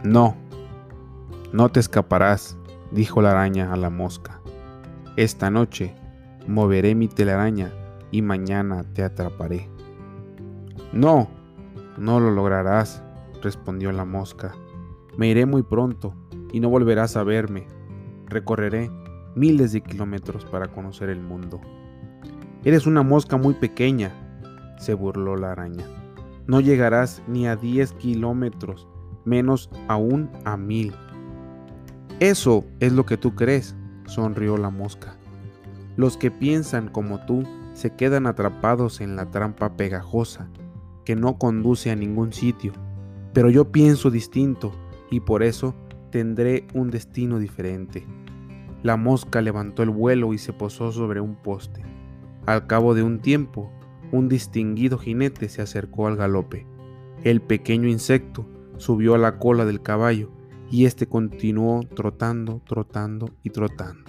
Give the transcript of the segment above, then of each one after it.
No, no te escaparás, dijo la araña a la mosca. Esta noche moveré mi telaraña y mañana te atraparé. No, no lo lograrás, respondió la mosca. Me iré muy pronto y no volverás a verme. Recorreré miles de kilómetros para conocer el mundo. Eres una mosca muy pequeña, se burló la araña. No llegarás ni a 10 kilómetros, menos aún a 1000. Eso es lo que tú crees, sonrió la mosca. Los que piensan como tú se quedan atrapados en la trampa pegajosa que no conduce a ningún sitio. Pero yo pienso distinto y por eso tendré un destino diferente. La mosca levantó el vuelo y se posó sobre un poste. Al cabo de un tiempo, un distinguido jinete se acercó al galope. El pequeño insecto subió a la cola del caballo y éste continuó trotando, trotando y trotando.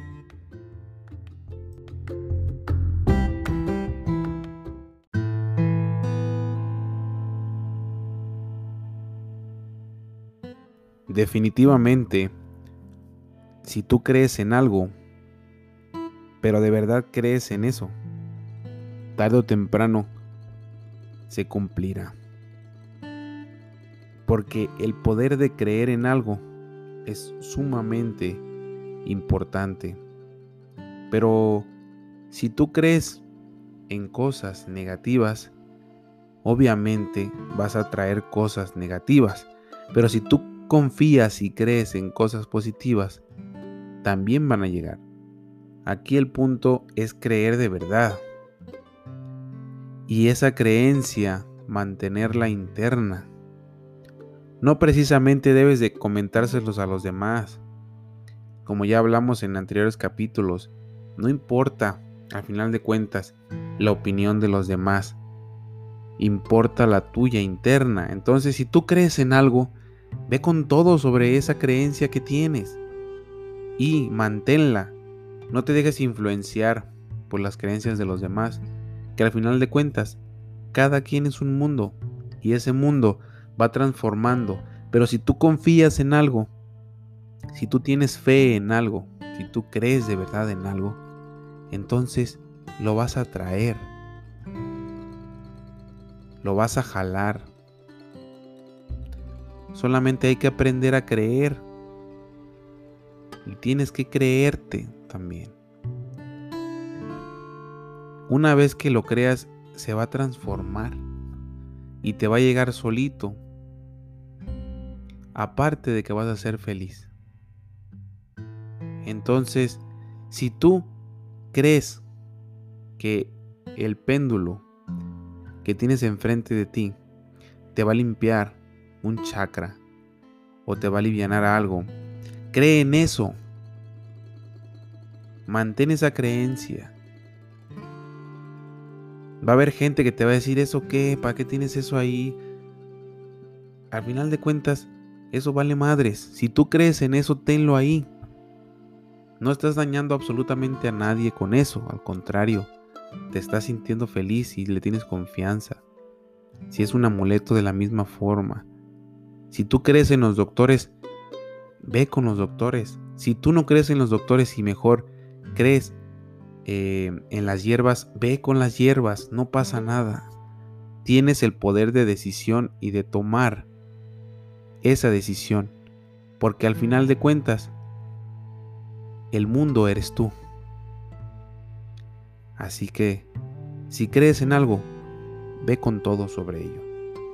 Definitivamente, si tú crees en algo, pero de verdad crees en eso, tarde o temprano se cumplirá. Porque el poder de creer en algo es sumamente importante. Pero si tú crees en cosas negativas, obviamente vas a traer cosas negativas. Pero si tú confías y crees en cosas positivas, también van a llegar. Aquí el punto es creer de verdad. Y esa creencia, mantenerla interna. No precisamente debes de comentárselos a los demás. Como ya hablamos en anteriores capítulos, no importa, al final de cuentas, la opinión de los demás. Importa la tuya interna. Entonces, si tú crees en algo, ve con todo sobre esa creencia que tienes y manténla. No te dejes influenciar por las creencias de los demás, que al final de cuentas, cada quien es un mundo y ese mundo va transformando. Pero si tú confías en algo, si tú tienes fe en algo, si tú crees de verdad en algo, entonces lo vas a traer, lo vas a jalar. Solamente hay que aprender a creer y tienes que creerte también. Una vez que lo creas, se va a transformar y te va a llegar solito. Aparte de que vas a ser feliz. Entonces, si tú crees que el péndulo que tienes enfrente de ti te va a limpiar un chakra o te va a alivianar algo, cree en eso. Mantén esa creencia. Va a haber gente que te va a decir, ¿eso qué? ¿Para qué tienes eso ahí? Al final de cuentas, eso vale madres. Si tú crees en eso, tenlo ahí. No estás dañando absolutamente a nadie con eso. Al contrario, te estás sintiendo feliz y le tienes confianza. Si es un amuleto, de la misma forma. Si tú crees en los doctores, ve con los doctores. Si tú no crees en los doctores y mejor crees en las hierbas, ve con las hierbas. No pasa nada. Tienes el poder de decisión y de tomar esa decisión. Porque al final de cuentas, el mundo eres tú. Así que, si crees en algo, ve con todo sobre ello.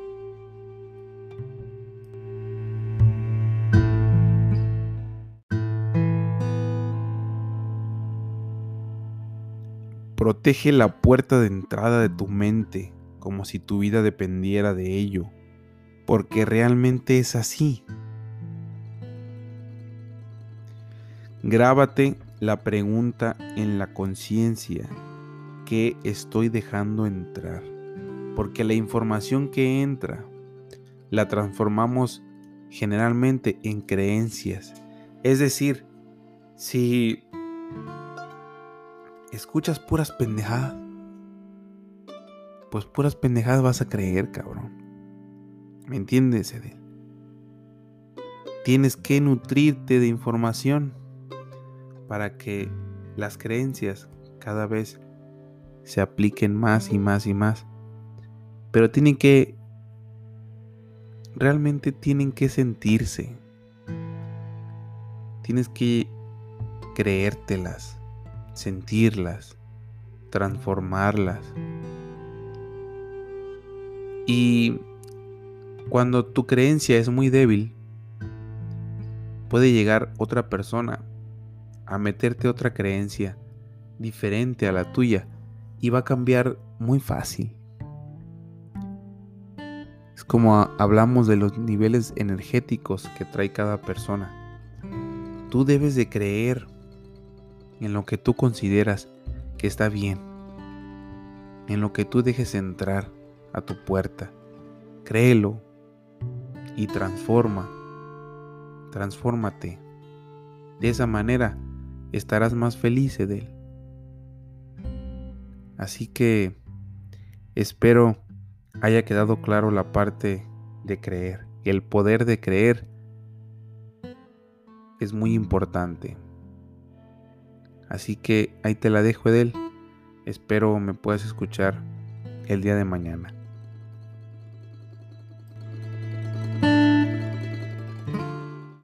Protege la puerta de entrada de tu mente como si tu vida dependiera de ello, porque realmente es así. Grábate la pregunta en la conciencia: ¿qué estoy dejando entrar? Porque la información que entra la transformamos generalmente en creencias. Es decir, si escuchas puras pendejadas, pues puras pendejadas vas a creer, cabrón. ¿Me entiendes, Edel? tienes que nutrirte de información para que las creencias cada vez se apliquen más y más y más. Pero realmente tienen que sentirse. Tienes que creértelas, sentirlas, transformarlas. Y cuando tu creencia es muy débil, puede llegar otra persona a meterte otra creencia diferente a la tuya y va a cambiar muy fácil. Es como hablamos de los niveles energéticos que trae cada persona. Tú debes de creer en lo que tú consideras que está bien, en lo que tú dejes entrar a tu puerta. Créelo y transfórmate. De esa manera estarás más feliz de él. Así que espero haya quedado claro la parte de creer. El poder de creer es muy importante. Así que ahí te la dejo, Edel. Espero me puedas escuchar el día de mañana.